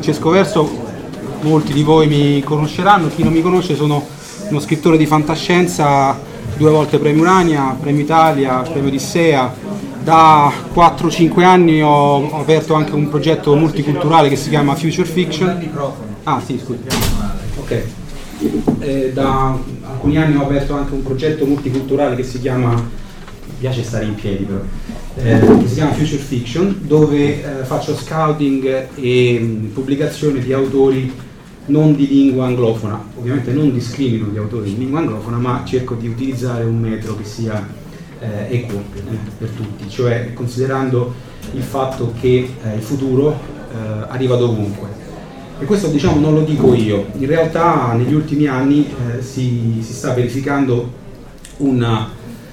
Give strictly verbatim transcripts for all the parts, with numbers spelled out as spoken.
Francesco Verso, molti di voi mi conosceranno, chi non mi conosce sono uno scrittore di fantascienza, due volte premio Urania, premio Italia, premio Odissea. Da quattro cinque anni ho aperto anche un progetto multiculturale che si chiama Future Fiction. Ah sì, scusi. Ok. Eh, da alcuni anni ho aperto anche un progetto multiculturale che si chiama, mi piace stare in piedi però, eh, che si chiama Future Fiction, dove eh, faccio scouting e mh, pubblicazione di autori non di lingua anglofona. Ovviamente non discrimino gli autori di lingua anglofona, ma cerco di utilizzare un metro che sia eh, equo eh, per tutti, cioè considerando il fatto che eh, il futuro eh, arriva dovunque. E questo, diciamo, non lo dico io, in realtà negli ultimi anni eh, si, si sta verificando una,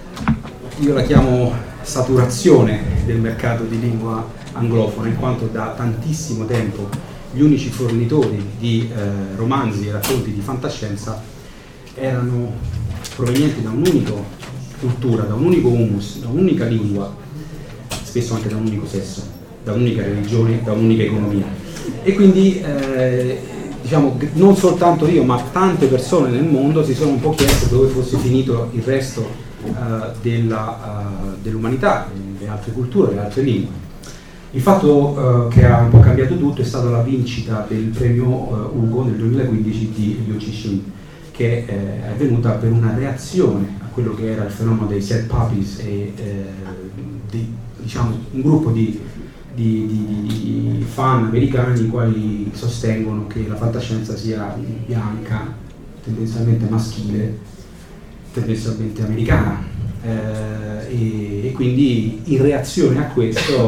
io la chiamo saturazione del mercato di lingua anglofona, in quanto da tantissimo tempo gli unici fornitori di eh, romanzi e racconti di fantascienza erano provenienti da un'unica cultura, da un unico humus, da un'unica lingua, spesso anche da un unico sesso, da un'unica religione, da un'unica economia. E quindi eh, diciamo, non soltanto io, ma tante persone nel mondo si sono un po' chieste dove fosse finito il resto eh, della, uh, dell'umanità, le altre culture, le altre lingue. Il fatto uh, che ha un po' cambiato tutto è stata la vincita del premio uh, Ugo nel duemilaquindici di Liu Cixin, che eh, è avvenuta per una reazione a quello che era il fenomeno dei sad puppies e eh, di, diciamo, un gruppo di Di, di, di fan americani i quali sostengono che la fantascienza sia bianca, tendenzialmente maschile, tendenzialmente americana eh, e, e quindi in reazione a questo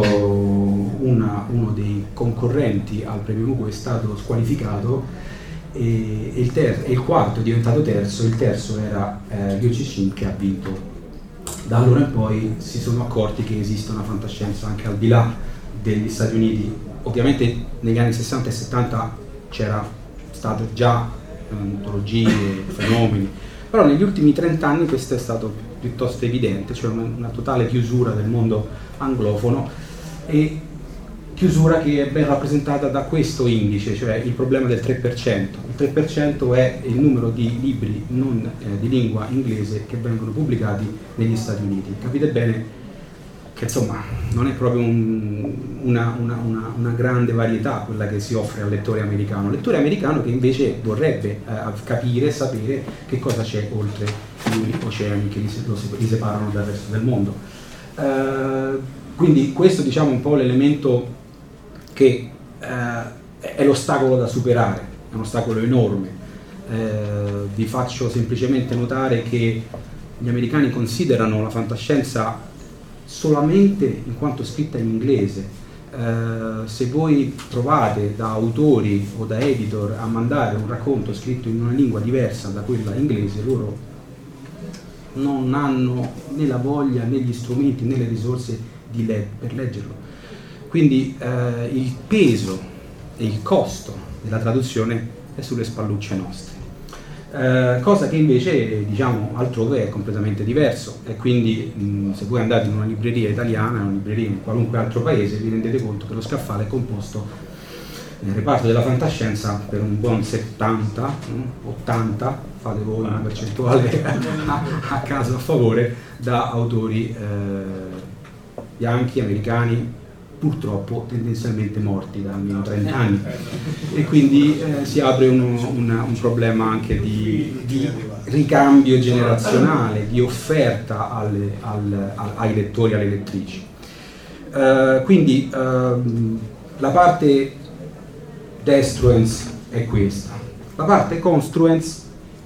una, uno dei concorrenti al premio Ugo è stato squalificato e, e, il, ter- e il quarto è diventato terzo, il terzo era eh, Liu Cixin, che ha vinto. Da allora in poi si sono accorti che esiste una fantascienza anche al di là degli Stati Uniti. Ovviamente negli anni sessanta e settanta c'era stato già eh, mitologie, fenomeni, però negli ultimi trenta anni questo è stato piuttosto evidente, cioè una, una totale chiusura del mondo anglofono, e chiusura che è ben rappresentata da questo indice, cioè il problema del tre per cento. Il tre per cento è il numero di libri non eh, di lingua inglese che vengono pubblicati negli Stati Uniti. Capite bene che insomma non è proprio un, una, una, una, una grande varietà quella che si offre al lettore americano, un lettore americano che invece vorrebbe eh, capire e sapere che cosa c'è oltre gli oceani che li, lo, li separano dal resto del mondo. Eh, quindi questo, diciamo, è un po' l'elemento che eh, è l'ostacolo da superare, è un ostacolo enorme. Eh, vi faccio semplicemente notare che gli americani considerano la fantascienza solamente in quanto scritta in inglese. Eh, se voi trovate da autori o da editor a mandare un racconto scritto in una lingua diversa da quella inglese, loro non hanno né la voglia, né gli strumenti, né le risorse di le- per leggerlo. Quindi eh, il peso e il costo della traduzione è sulle spallucce nostre. Eh, cosa che invece, diciamo, altrove è completamente diverso, e quindi mh, se voi andate in una libreria italiana, in una libreria in qualunque altro paese, vi rendete conto che lo scaffale è composto nel reparto della fantascienza per un buon settanta, ottanta, fate voi una percentuale a, a caso a favore, da autori eh, bianchi, americani, purtroppo tendenzialmente morti da almeno trenta anni, e quindi eh, si apre uno, una, un problema anche di, di ricambio generazionale, di offerta alle, al, al, ai lettori e alle lettrici. Uh, quindi uh, la parte destruens è questa, la parte construens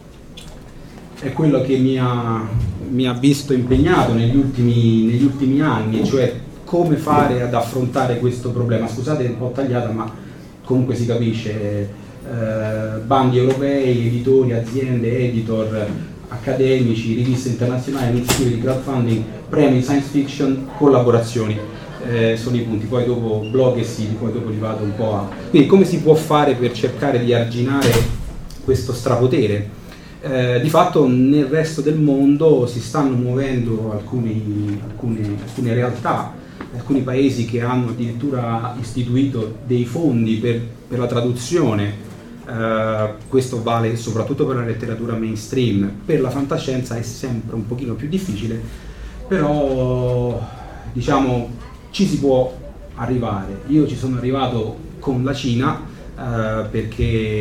è quello che mi ha, mi ha visto impegnato negli ultimi, negli ultimi anni, cioè come fare ad affrontare questo problema. Scusate, è un po' tagliata, ma comunque si capisce. Eh, bandi europei, editori, aziende, editor, accademici, riviste internazionali, iniziative di crowdfunding, premi science fiction, collaborazioni. Eh, sono i punti. Poi dopo blog e siti, poi dopo li vado un po' a... Quindi come si può fare per cercare di arginare questo strapotere? Eh, di fatto nel resto del mondo si stanno muovendo alcuni, alcune, alcune realtà alcuni paesi che hanno addirittura istituito dei fondi per, per la traduzione. Uh, questo vale soprattutto per la letteratura mainstream. Per la fantascienza è sempre un pochino più difficile, però diciamo ci si può arrivare. Io ci sono arrivato con la Cina uh, perché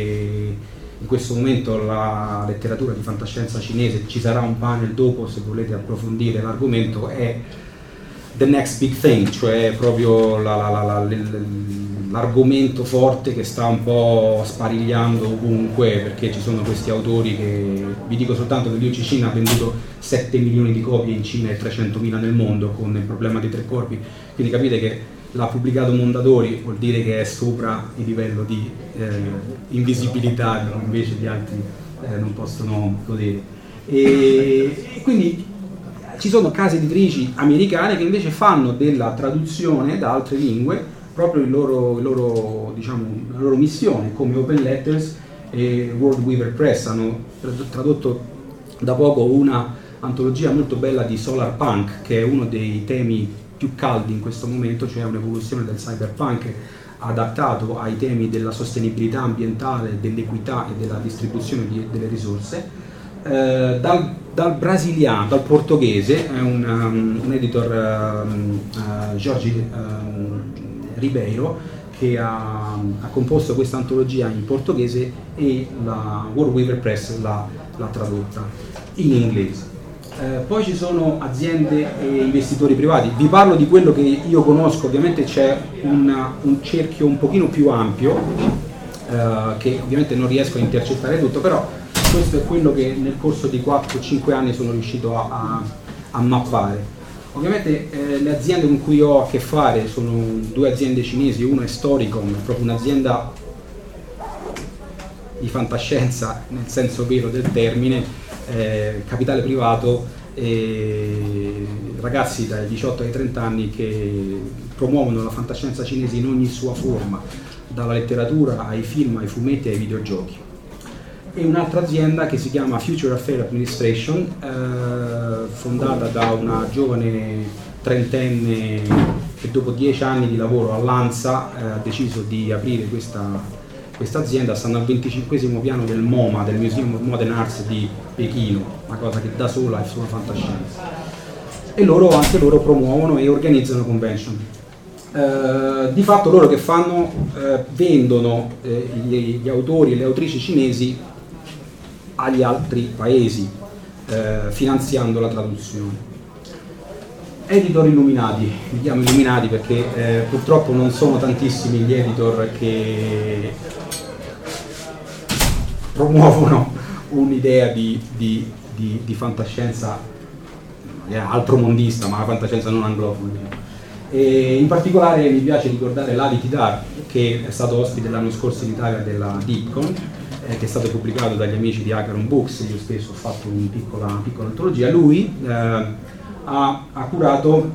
in questo momento la letteratura di fantascienza cinese, ci sarà un panel dopo se volete approfondire l'argomento, è the next big thing, cioè proprio la, la, la, la, l'argomento forte che sta un po' sparigliando ovunque, perché ci sono questi autori che, vi dico soltanto che Liu Cixin ha venduto sette milioni di copie in Cina e trecentomila nel mondo con il problema dei tre corpi, quindi capite che l'ha pubblicato Mondadori, vuol dire che è sopra il livello di eh, invisibilità che invece gli altri eh, non possono godere. E, e quindi ci sono case editrici americane che invece fanno della traduzione da altre lingue proprio il loro, il loro, diciamo, la loro missione, come Open Letters e World Weaver Press hanno tradotto da poco una antologia molto bella di Solar Punk, che è uno dei temi più caldi in questo momento, cioè un'evoluzione del cyberpunk adattato ai temi della sostenibilità ambientale, dell'equità e della distribuzione di, delle risorse. Uh, dal, dal brasiliano, dal portoghese, è un, um, un editor um, uh, Jorge um, Ribeiro che ha, ha composto questa antologia in portoghese e la World Weaver Press l'ha, l'ha tradotta in inglese. Uh, poi ci sono aziende e investitori privati, vi parlo di quello che io conosco, ovviamente c'è una, un cerchio un pochino più ampio uh, che ovviamente non riesco a intercettare tutto, però questo è quello che nel corso di quattro cinque anni sono riuscito a, a, a mappare. Ovviamente eh, le aziende con cui ho a che fare sono due aziende cinesi, una è Storycom, è proprio un'azienda di fantascienza nel senso vero del termine, eh, capitale privato, e ragazzi dai diciotto ai trenta anni che promuovono la fantascienza cinese in ogni sua forma, dalla letteratura ai film, ai fumetti, ai videogiochi. E un'altra azienda che si chiama Future Affair Administration, eh, fondata da una giovane trentenne che dopo dieci anni di lavoro all'ANSA eh, ha deciso di aprire questa, questa azienda. Stanno al venticinquesimo piano del MoMA, del Museum of Modern Arts di Pechino, una cosa che da sola è solo fantascienza. E loro, anche loro promuovono e organizzano convention. Uh, di fatto loro che fanno? Uh, vendono uh, gli, gli autori e le autrici cinesi agli altri paesi, uh, finanziando la traduzione. Editor illuminati, li chiamo illuminati perché uh, purtroppo non sono tantissimi gli editor che promuovono un'idea di, di, di, di fantascienza eh, altromondista, ma la fantascienza non anglofona. E in particolare mi piace ricordare Lavi Tidhar, che è stato ospite l'anno scorso in Italia della DeepCon, eh, che è stato pubblicato dagli amici di Acheron Books. Io stesso ho fatto una piccola, una piccola antologia. Lui eh, ha, ha curato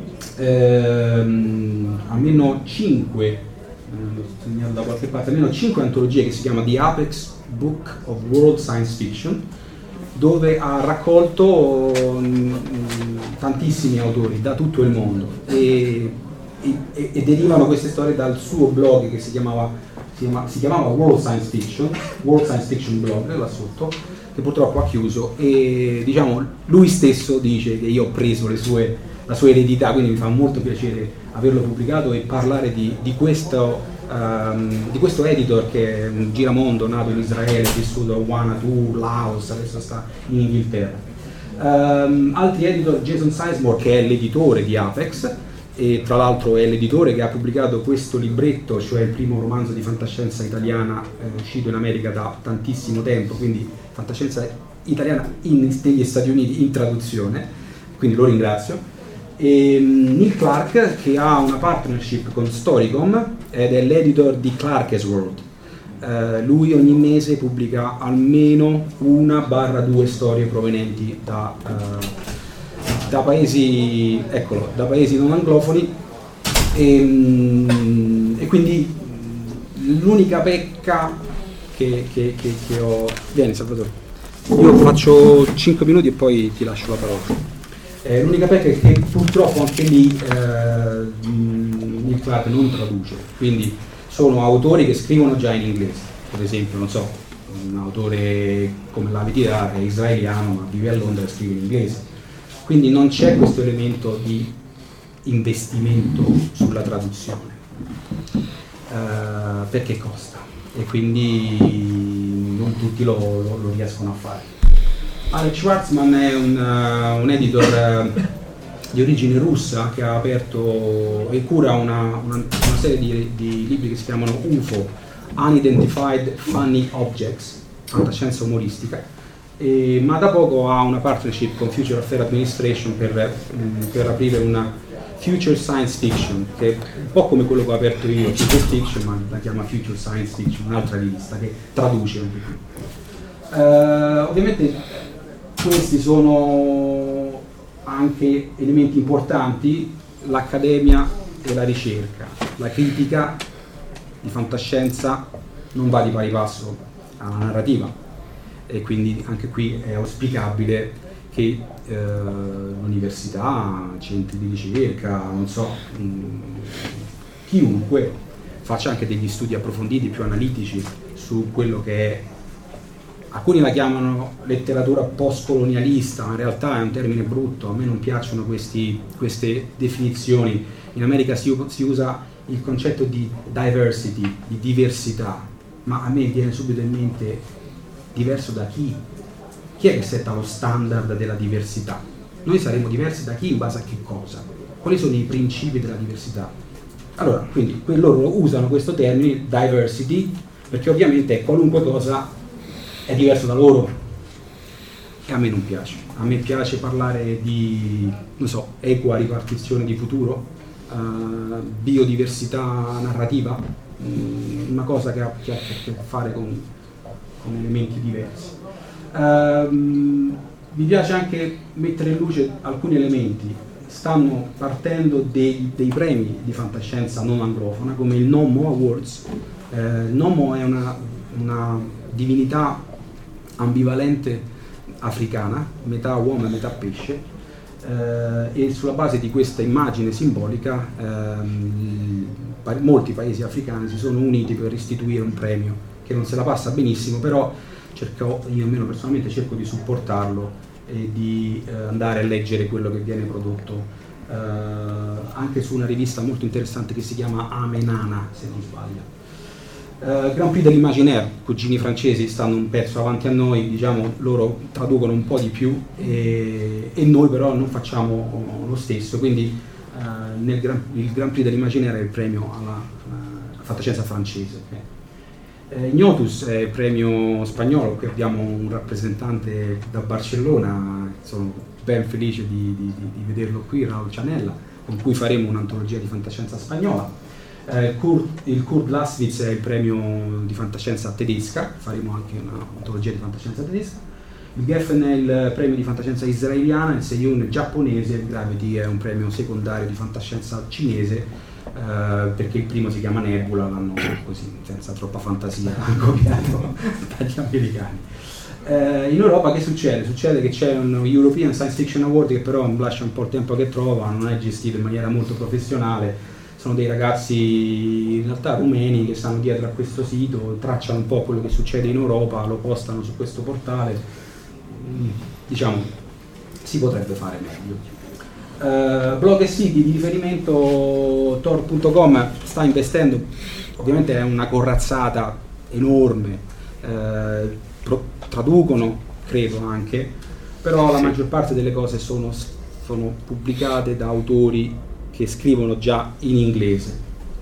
ehm, almeno cinque, eh, l'ho segnato da qualche parte, almeno cinque antologie che si chiama The Apex Book of World Science Fiction, dove ha raccolto mh, tantissimi autori da tutto il mondo e, e, e derivano queste storie dal suo blog che si chiamava, si chiamava, si chiamava World Science Fiction, World Science Fiction Blog, là sotto, che purtroppo ha chiuso, e diciamo lui stesso dice che io ho preso le sue, la sua eredità, quindi mi fa molto piacere averlo pubblicato e parlare di, di questo Um, di questo editor che è un giramondo nato in Israele, vissuto a Vanuatu, Laos, adesso sta in Inghilterra. Um, altri editor, Jason Sizemore, che è l'editore di Apex e tra l'altro è l'editore che ha pubblicato questo libretto, cioè il primo romanzo di fantascienza italiana eh, uscito in America da tantissimo tempo, quindi fantascienza italiana in, negli Stati Uniti in traduzione, quindi lo ringrazio. E Neil Clark, che ha una partnership con Storycom ed è l'editor di Clark's World. Uh, lui ogni mese pubblica almeno una barra due storie provenienti da, uh, da paesi, eccolo, da paesi non anglofoni, e, um, e quindi l'unica pecca che, che, che, che ho... Vieni Salvatore, io faccio cinque minuti e poi ti lascio la parola. Eh, l'unica pecca è che purtroppo anche lì eh, Neil Clarke non traduce, quindi sono autori che scrivono già in inglese, per esempio, non so, un autore come Lavitira è israeliano ma vive a Londra e scrive in inglese, quindi non c'è questo elemento di investimento sulla traduzione, eh, perché costa e quindi non tutti lo, lo, lo riescono a fare. Alex Schwartzman è un, uh, un editor uh, di origine russa che ha aperto e cura una, una, una serie di, di libri che si chiamano U F O, Unidentified Funny Objects, fantascienza umoristica, e, ma da poco ha una partnership con Future Affairs Administration per, um, per aprire una Future Science Fiction, che è un po' come quello che ho aperto io, Future Fiction, ma la chiama Future Science Fiction, un'altra rivista che traduce un po' più. Uh, ovviamente questi sono anche elementi importanti, l'accademia e la ricerca. La critica di fantascienza non va di pari passo alla narrativa e quindi anche qui è auspicabile che eh, l'università, centri di ricerca, non so, mh, chiunque faccia anche degli studi approfonditi, più analitici su quello che è. Alcuni la chiamano letteratura post-colonialista, ma in realtà è un termine brutto, a me non piacciono questi, queste definizioni. In America si, si usa il concetto di diversity, di diversità, ma a me viene subito in mente diverso da chi? Chi è che setta lo standard della diversità? Noi saremo diversi da chi, in base a che cosa? Quali sono i principi della diversità? Allora, quindi loro usano questo termine, diversity, perché ovviamente è qualunque cosa è diverso da loro e a me non piace. A me piace parlare di, non so, equa ripartizione di futuro, uh, biodiversità narrativa, um, una cosa che ha, che ha a che fare con, con elementi diversi. Um, mi piace anche mettere in luce alcuni elementi. Stanno partendo dei, dei premi di fantascienza non anglofona come il Nommo Awards. Uh, Nommo è una, una divinità ambivalente africana, metà uomo e metà pesce, eh, e sulla base di questa immagine simbolica ehm, molti paesi africani si sono uniti per istituire un premio che non se la passa benissimo, però cerco, io almeno personalmente cerco di supportarlo e di eh, andare a leggere quello che viene prodotto eh, anche su una rivista molto interessante che si chiama Amenana, se non sbaglio. Uh, Grand Prix dell'Imaginaire, cugini francesi stanno un pezzo avanti a noi, diciamo, loro traducono un po' di più e, e noi però non facciamo lo stesso, quindi uh, nel Gran, il Grand Prix dell'Imaginaire è il premio alla uh, fantascienza francese. Okay. Uh, Ignotus è il premio spagnolo, qui abbiamo un rappresentante da Barcellona, sono ben felice di, di, di vederlo qui, Raul Cianella, con cui faremo un'antologia di fantascienza spagnola. Eh, Kurt, il Kurt Laswitz è il premio di fantascienza tedesca, faremo anche un'antologia di fantascienza tedesca. Il Geffen è il premio di fantascienza israeliana, il Seiyun giapponese, il Gravity è un premio secondario di fantascienza cinese, eh, perché il primo si chiama Nebula, l'hanno così, senza troppa fantasia, copiato dagli americani. Eh, in Europa che succede? Succede che c'è un European Science Fiction Award che però lascia un po' il tempo che trova, non è gestito in maniera molto professionale. Sono dei ragazzi in realtà rumeni che stanno dietro a questo sito, tracciano un po' quello che succede in Europa, lo postano su questo portale, diciamo si potrebbe fare meglio. Uh, blog e siti di riferimento Tor punto com sta investendo, ovviamente è una corazzata enorme, uh, pro, traducono credo anche, però la sì. maggior parte delle cose sono, sono pubblicate da autori che scrivono già in inglese.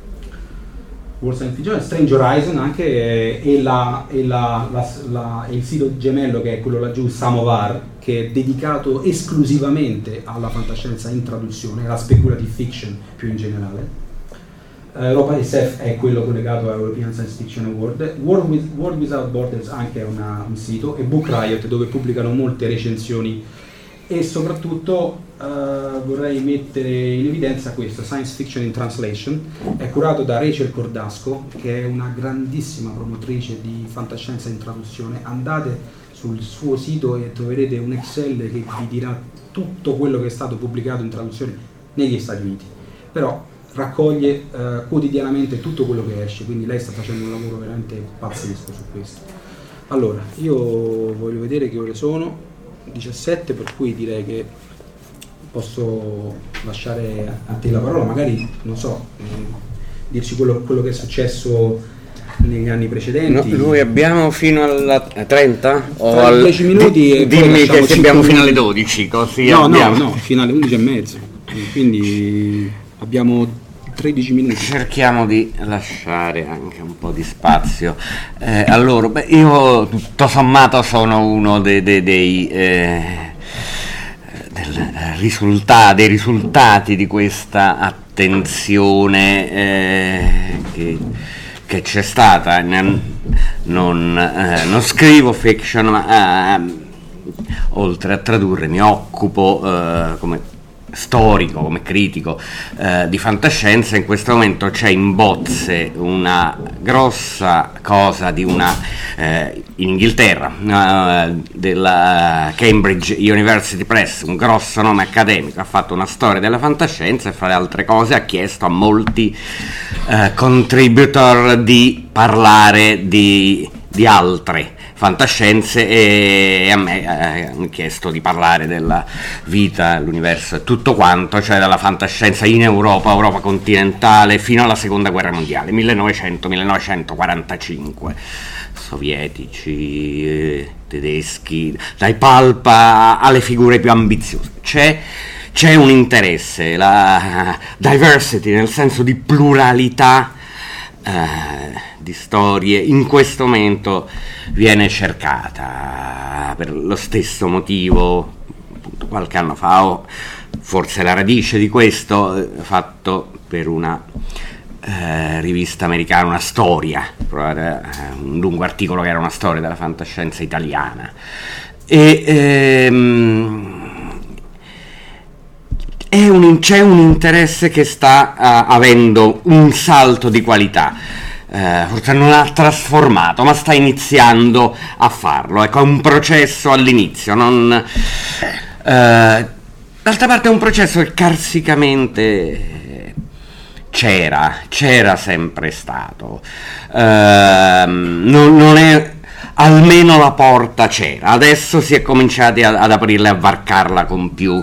World Science Fiction, Strange Horizon anche eh, e, la, e, la, la, la, e il sito gemello che è quello laggiù, Samovar, che è dedicato esclusivamente alla fantascienza in traduzione, alla speculative fiction più in generale. Uh, Europa S F è quello collegato all'European Science Fiction Award. World, with, World Without Borders anche è una, un sito, e Book Riot dove pubblicano molte recensioni. E soprattutto uh, vorrei mettere in evidenza questo, Science Fiction in Translation, è curato da Rachel Cordasco, che è una grandissima promotrice di fantascienza in traduzione. Andate sul suo sito e troverete un Excel che vi dirà tutto quello che è stato pubblicato in traduzione negli Stati Uniti, però raccoglie eh, quotidianamente tutto quello che esce, quindi lei sta facendo un lavoro veramente pazzesco su questo. Allora, io voglio vedere che ore sono, diciassette, per cui direi che posso lasciare a te la parola, magari, non so, eh, dirci quello, quello che è successo negli anni precedenti. No, noi abbiamo fino alla trenta? O Tra al... dieci minuti e dimmi che abbiamo fino alle minuti. dodici, così no, abbiamo... no, no, fino alle undici e mezza, quindi abbiamo tredici minuti. Cerchiamo di lasciare anche un po' di spazio eh, a loro. Beh, io tutto sommato sono uno dei, dei, dei eh, del risulta- dei risultati di questa attenzione eh, che, che c'è stata. Non, non, eh, non scrivo fiction, ma eh, oltre a tradurre mi occupo eh, come storico, come critico eh, di fantascienza. In questo momento c'è in bozze una grossa cosa di una eh, in Inghilterra uh, della Cambridge University Press, un grosso nome accademico, ha fatto una storia della fantascienza e fra le altre cose ha chiesto a molti uh, contributor di parlare di, di altre fantascienze e a me eh, hanno chiesto di parlare della vita, l'universo e tutto quanto, cioè della fantascienza in Europa, Europa continentale, fino alla seconda guerra mondiale, millenovecento millenovecentoquarantacinque, sovietici, eh, tedeschi, dai pulp alle figure più ambiziose. C'è, c'è un interesse, la diversity nel senso di pluralità eh, di storie in questo momento viene cercata per lo stesso motivo. Appunto, qualche anno fa, o forse la radice di questo, fatto per una eh, rivista americana, una storia, un lungo articolo che era una storia della fantascienza italiana, e ehm, è un, c'è un interesse che sta uh, avendo un salto di qualità. Uh, forse non ha trasformato, ma sta iniziando a farlo. Ecco, è un processo all'inizio, non, uh, d'altra parte è un processo che carsicamente c'era, c'era sempre stato. Uh, non, non è, almeno la porta c'era, adesso si è cominciati a, ad aprirla e a varcarla con più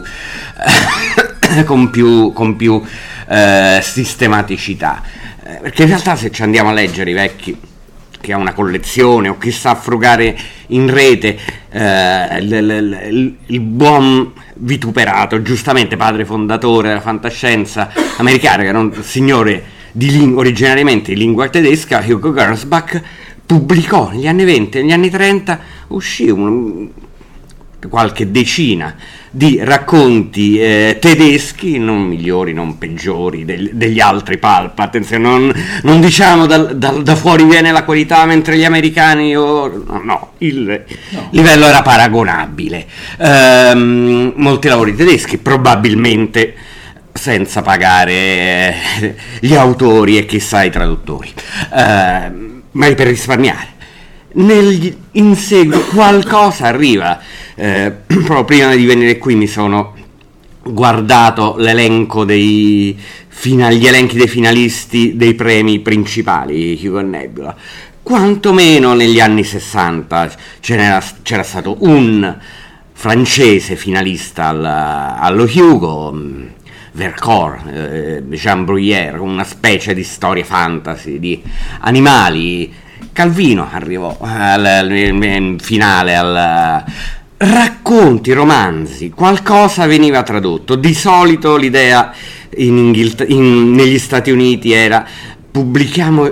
con più, con più uh, sistematicità. Perché in realtà, se ci andiamo a leggere i vecchi, chi ha una collezione o chi sa frugare in rete, eh, il, il, il buon vituperato, giustamente padre fondatore della fantascienza americana, che era un signore di ling- originariamente di lingua tedesca, Hugo Gernsback, pubblicò negli anni venti e negli anni trenta, uscì un, qualche decina di racconti eh, tedeschi, non migliori, non peggiori del, degli altri pulp. Attenzione, non, non diciamo dal, dal, da fuori viene la qualità mentre gli americani o, no, no, il no. livello era paragonabile. Ehm, molti lavori tedeschi, probabilmente senza pagare eh, gli autori e chissà i traduttori, ehm, ma per risparmiare. Negli, in seguito qualcosa arriva. Eh, proprio prima di venire qui mi sono guardato l'elenco dei fina, gli elenchi dei finalisti dei premi principali Hugo e Nebula. Quantomeno negli anni sessanta c'era, c'era stato un francese finalista al, allo Hugo, Vercors, eh, Jean Bruyère, una specie di storia fantasy di animali. Calvino arrivò al, al finale, al racconti, romanzi, qualcosa veniva tradotto. Di solito l'idea in Inghilterra, in, negli Stati Uniti era pubblichiamo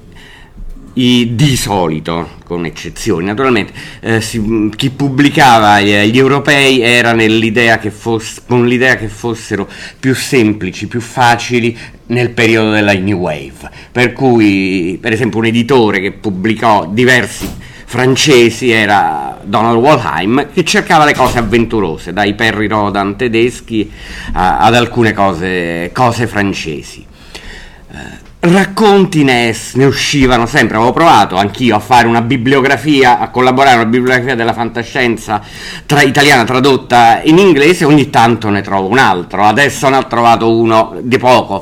i, di solito, con eccezioni naturalmente, eh, si, chi pubblicava gli, gli europei era nell'idea che fosse, con l'idea che fossero più semplici, più facili nel periodo della New Wave, per cui per esempio un editore che pubblicò diversi francesi era Donald Wollheim, che cercava le cose avventurose, dai Perry Rodan tedeschi a, ad alcune cose, cose francesi. Eh, racconti ne, ne uscivano sempre. Avevo provato anch'io a fare una bibliografia, a collaborare a una bibliografia della fantascienza tra italiana tradotta in inglese, ogni tanto ne trovo un altro. Adesso ne ho trovato uno di poco,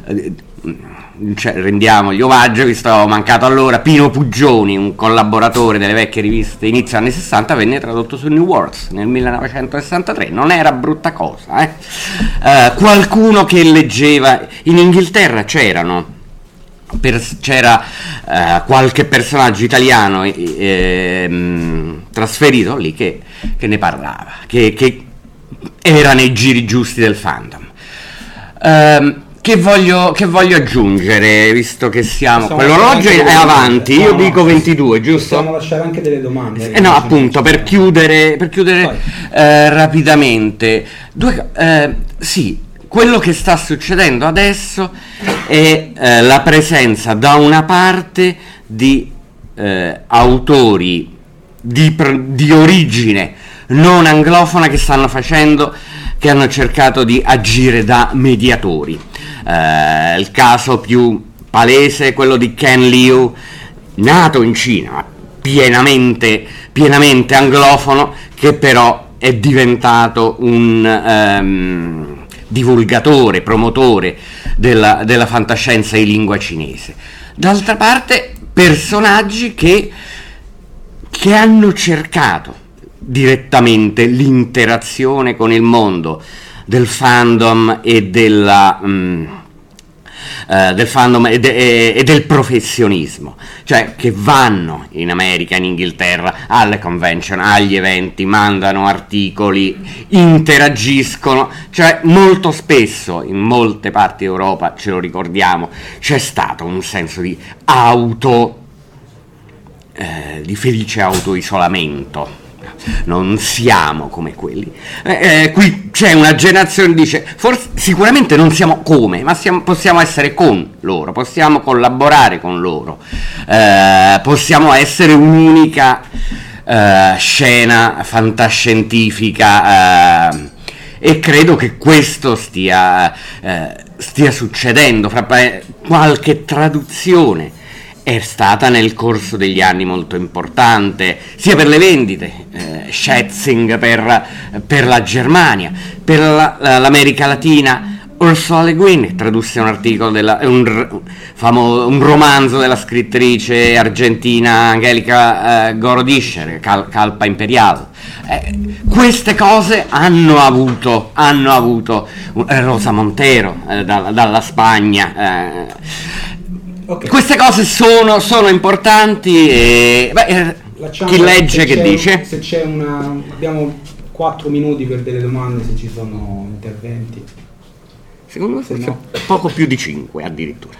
cioè, rendiamogli omaggio, visto che avevo mancato allora. Pino Puggioni, un collaboratore delle vecchie riviste inizio anni sessanta, venne tradotto su New Worlds nel millenovecentosessantatré. Non era brutta cosa, eh? Uh, qualcuno che leggeva in Inghilterra c'erano per, c'era uh, qualche personaggio italiano eh, eh, trasferito lì che, che ne parlava, che, che era nei giri giusti del fandom. Uh, Che voglio, che voglio aggiungere, visto che siamo... Possiamo quell'orologio è avanti, io no, dico ventidue, giusto? Possiamo lasciare anche delle domande. Eh no, appunto, per chiudere, per chiudere eh, rapidamente. Due, eh, sì, quello che sta succedendo adesso è eh, la presenza da una parte di eh, autori di, di origine non anglofona che stanno facendo, che hanno cercato di agire da mediatori. Uh, il caso più palese è quello di Ken Liu, nato in Cina, pienamente, pienamente anglofono, che però è diventato un um, divulgatore, promotore della, della fantascienza in lingua cinese. D'altra parte, personaggi che, che hanno cercato direttamente l'interazione con il mondo del fandom e della um, uh, del fandom e, de- e del professionismo, cioè che vanno in America, in Inghilterra, alle convention, agli eventi, mandano articoli, interagiscono, cioè molto spesso in molte parti d'Europa, ce lo ricordiamo, c'è stato un senso di auto eh, di felice autoisolamento. Non siamo come quelli. Eh, eh, qui c'è una generazione che dice: forse, sicuramente non siamo come, ma siamo, possiamo essere con loro, possiamo collaborare con loro, eh, possiamo essere un'unica eh, scena fantascientifica. Eh, e credo che questo stia, eh, stia succedendo. Fra qualche traduzione è stata nel corso degli anni molto importante, sia per le vendite, eh, Schätzing per, per la Germania, per la, l'America Latina. Ursula Le Guin tradusse un articolo, della, un, famo, un romanzo della scrittrice argentina Angelica eh, Gorodischer, Cal, Calpa Imperial. Eh, queste cose hanno avuto, hanno avuto eh, Rosa Montero eh, da, dalla Spagna. Eh, Okay. Queste cose sono, sono importanti e beh, chi legge che dice? Se c'è una, abbiamo quattro minuti per delle domande, se ci sono interventi. Secondo me forse no, poco più di cinque addirittura.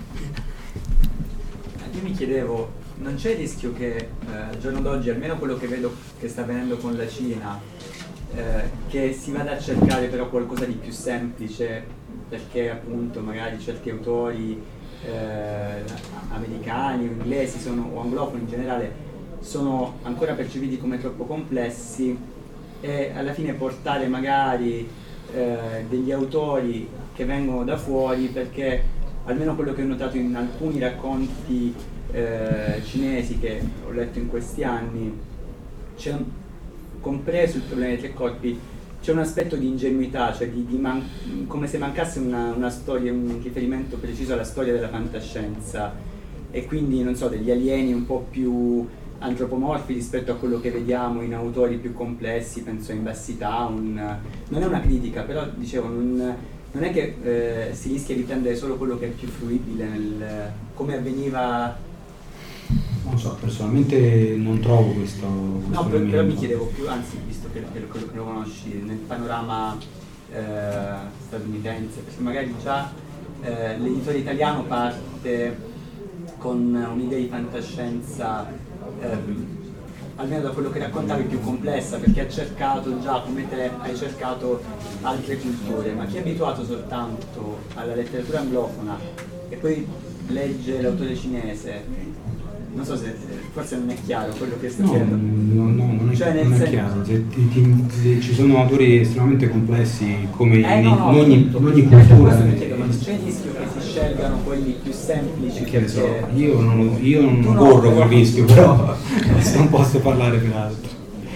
Io mi chiedevo, non c'è il rischio che eh, al giorno d'oggi, almeno quello che vedo che sta avvenendo con la Cina, eh, che si vada a cercare però qualcosa di più semplice, perché appunto magari certi autori Eh, americani o inglesi sono, o anglofoni in generale, sono ancora percepiti come troppo complessi, e alla fine portare magari eh, degli autori che vengono da fuori, perché almeno quello che ho notato in alcuni racconti eh, cinesi che ho letto in questi anni, c'è un, compreso il problema dei tre corpi, c'è un aspetto di ingenuità, cioè di, di man- come se mancasse una, una storia, un riferimento preciso alla storia della fantascienza, e quindi non so, degli alieni un po' più antropomorfi rispetto a quello che vediamo in autori più complessi, penso a Invassi Town. Non è una critica, però dicevo, non, non è che eh, si rischia di prendere solo quello che è più fruibile, nel, come avveniva. Non so, personalmente non trovo questo, questo no, però, però mi chiedevo più, anzi, visto che, che, lo, che lo conosci, nel panorama eh, statunitense, perché magari già eh, l'editore italiano parte con un'idea di fantascienza, eh, almeno da quello che raccontavi, più complessa, perché ha cercato già, come te, hai cercato altre culture, ma chi è abituato soltanto alla letteratura anglofona e poi legge l'autore cinese, non so se forse non è chiaro quello che sto No, dicendo. no, no, non è, Cioè, nel non è sen- chiaro. Se, ti- ti- se ci sono autori estremamente complessi come Eh in, no, no, in ogni, appunto, in ogni questo cultura. mi chiedo, ma non c'è il rischio che si scelgano quelli più semplici? Che ne so, perché- io non, io non Tu no, corro però- quel rischio, però non posso parlare per altri.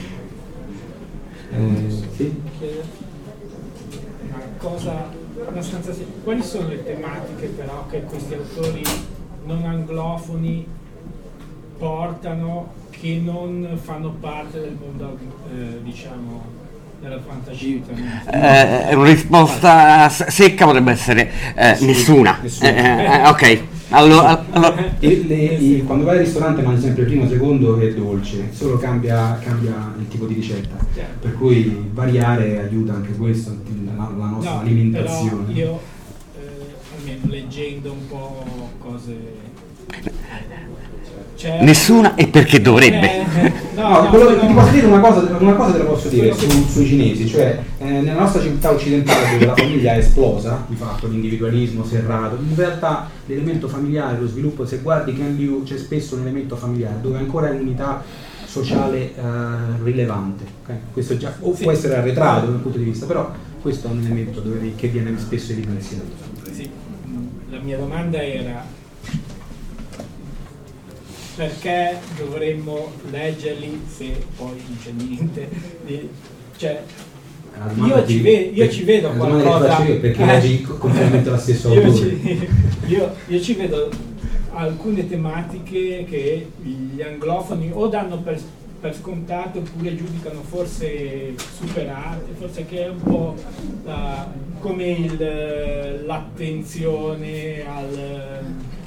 Eh, sì? Una cosa abbastanza sem- quali sono le tematiche però che questi autori non anglofoni portano che non fanno parte del mondo eh, diciamo della fantascienza? Eh, è una risposta s- secca, potrebbe essere eh, nessuna. nessuna. Eh, eh, ok, allora, allora E le- i- quando vai al ristorante mangi sempre primo, secondo e dolce, solo cambia, cambia il tipo di ricetta, per cui variare aiuta anche questo, la, la nostra No, alimentazione. però io eh, almeno leggendo un po' cose c'è- nessuna e perché dovrebbe. Eh, no, No, no, quello- quello- ti posso dire una cosa, una cosa te la posso dire quello su- che- sui cinesi, cioè eh, nella nostra civiltà occidentale dove la famiglia è esplosa, di fatto l'individualismo serrato, in realtà l'elemento familiare, lo sviluppo, se guardi Ken Liu c'è spesso un elemento familiare dove ancora è un'unità sociale eh, rilevante, ok? Questo già o Sì. può essere arretrato da un punto di vista, però questo è un elemento dove- che viene spesso evidenziato. Sì, la mia domanda era perché dovremmo leggerli se poi non c'è niente di- cioè La domanda io ti- ci, ve- io ci vedo la domanda che ti qualcosa faccio io è perché eh, leggi completamente lo stesso io autore. ci, io, io ci vedo alcune tematiche che gli anglofoni o danno per, per scontate oppure giudicano forse superate, forse che è un po' la- come il, l'attenzione al,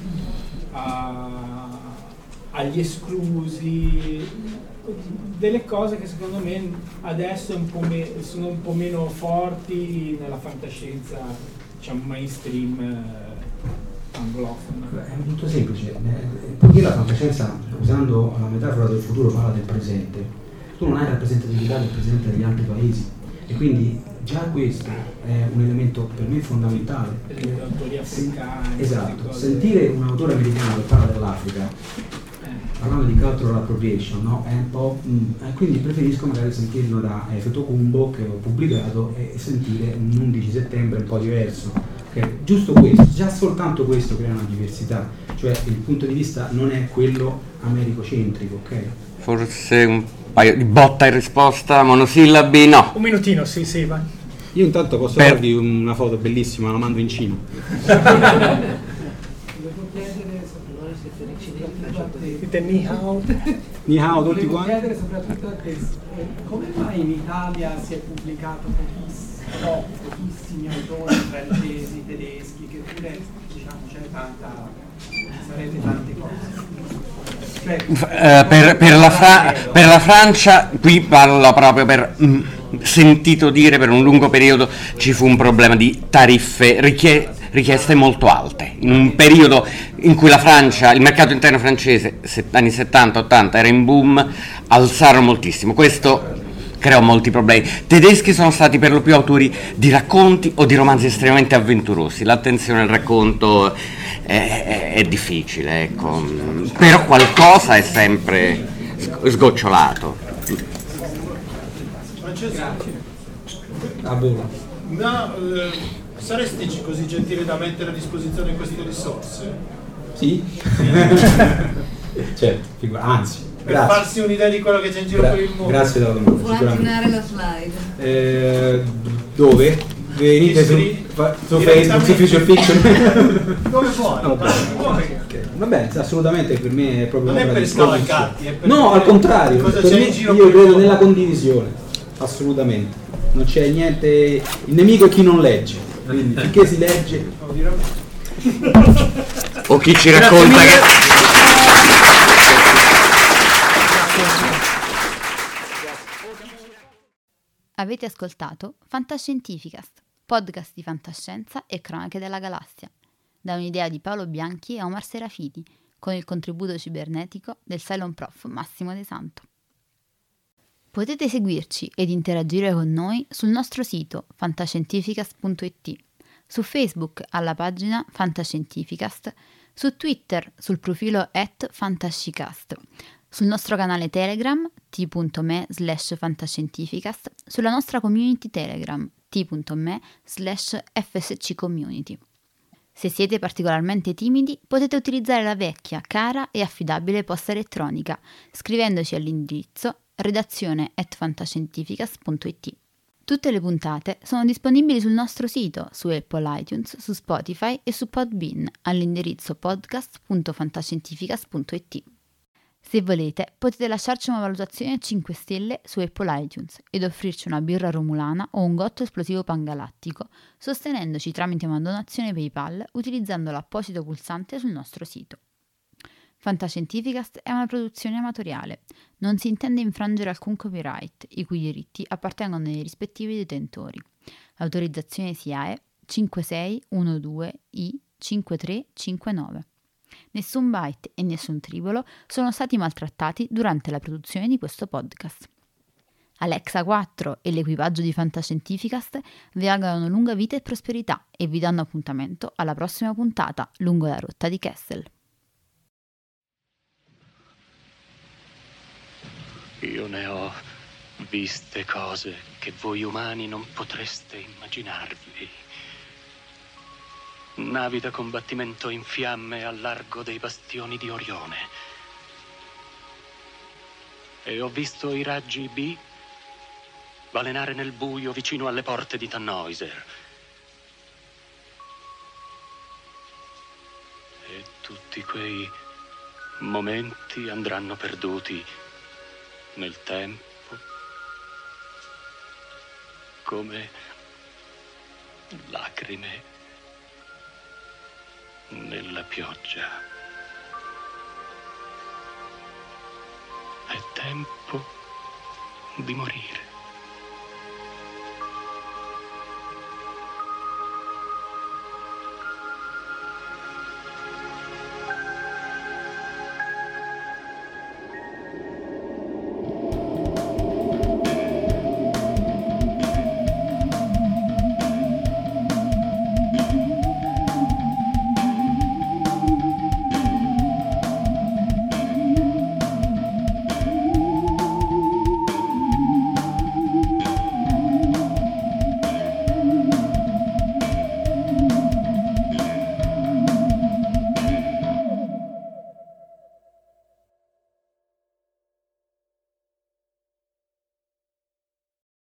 a- agli esclusi, delle cose che secondo me adesso è un po' me- sono un po' meno forti nella fantascienza, diciamo, mainstream eh, anglofona. È molto semplice, eh, poiché la fantascienza, usando la metafora del futuro, parla del presente, tu non hai rappresentatività del presente degli altri paesi e quindi già questo è un elemento per me fondamentale. Per gli autori africani, Esatto, queste cose. sentire un autore americano che parla dell'Africa Eh, parlando di cultural appropriation, no? È un po'. Mm, e quindi preferisco magari sentirlo da Efe Tokumbo che ho pubblicato e sentire un undici settembre un po' diverso. Okay? Giusto questo, già soltanto questo crea una diversità, cioè il punto di vista non è quello americocentrico, ok? Forse un paio di botta in risposta, monosillabi, no. Un minutino, sì, sì, vai. Io intanto posso Per- darvi una foto bellissima, la mando in Cina. Dite ni hao. Ni hao tutti Volevo quanti. chiedere soprattutto a te, eh, come mai in Italia si è pubblicato pochiss- no, pochissimi autori francesi, tedeschi, che pure diciamo c'è tanta, sarete tante cose. Cioè, F- eh, per, per la Fra- per la Francia, qui parlo proprio per mm, sentito dire, per un lungo periodo ci fu un problema di tariffe richie- richieste molto alte. In un periodo in cui la Francia, il mercato interno francese, set- anni settanta ottanta, era in boom, alzarono moltissimo. Questo creò molti problemi. Tedeschi sono stati per lo più autori di racconti o di romanzi estremamente avventurosi. L'attenzione al racconto è, è- è difficile, ecco. Però qualcosa è sempre sg- sgocciolato. Francesco, A volo. ma eh, saresti così gentile da mettere a disposizione queste risorse? Sì? Certo, figu- anzi, Per grazie. farsi un'idea di quello che c'è in giro Gra- per il mondo? grazie della domanda. Può sicuramente. aggiornare la slide. Eh, dove? Venite su, Iscri- fa- su Facebook, su Future Fiction. Dove vuoi? No, Dai, beh. vuoi? Vabbè, assolutamente per me è proprio Non è un'opera per di produzione. scavalcarti, è per No, vedere al contrario, cosa per c'è me in giro io per il credo mondo. nella condivisione, assolutamente. Non c'è niente, il nemico è chi non legge, quindi finché si legge. O chi ci racconta che... Avete ascoltato Fantascientificast, podcast di fantascienza e cronache della galassia, da un'idea di Paolo Bianchi e Omar Serafiti, con il contributo cibernetico del Cylon Prof Massimo De Santo. Potete seguirci ed interagire con noi sul nostro sito fantascientificast punto it, su Facebook alla pagina Fantascientificast, su Twitter sul profilo at fantascicast, sul nostro canale Telegram t.me slash fantascientificast, sulla nostra community Telegram t.me slash fsccommunity. Se siete particolarmente timidi, potete utilizzare la vecchia, cara e affidabile posta elettronica, scrivendoci all'indirizzo redazione at fantascientificast punto it. Tutte le puntate sono disponibili sul nostro sito, su Apple iTunes, su Spotify e su Podbean, all'indirizzo podcast punto fantascientificast punto it. Se volete, potete lasciarci una valutazione a cinque stelle su Apple iTunes ed offrirci una birra romulana o un gotto esplosivo pangalattico, sostenendoci tramite una donazione PayPal utilizzando l'apposito pulsante sul nostro sito. Fantascientificast è una produzione amatoriale. Non si intende infrangere alcun copyright, i cui diritti appartengono ai rispettivi detentori. L'autorizzazione S I A E cinque sei uno due I cinque tre cinque nove. Nessun byte e nessun tribolo sono stati maltrattati durante la produzione di questo podcast. Alexa quattro e l'equipaggio di Fantascientificast vi augurano lunga vita e prosperità e vi danno appuntamento alla prossima puntata lungo la rotta di Kessel. Io ne ho viste cose che voi umani non potreste immaginarvi. Navi da combattimento in fiamme al largo dei bastioni di Orione. E ho visto i raggi B balenare nel buio vicino alle porte di Tannhäuser. E tutti quei momenti andranno perduti nel tempo, come lacrime nella pioggia. È tempo di morire.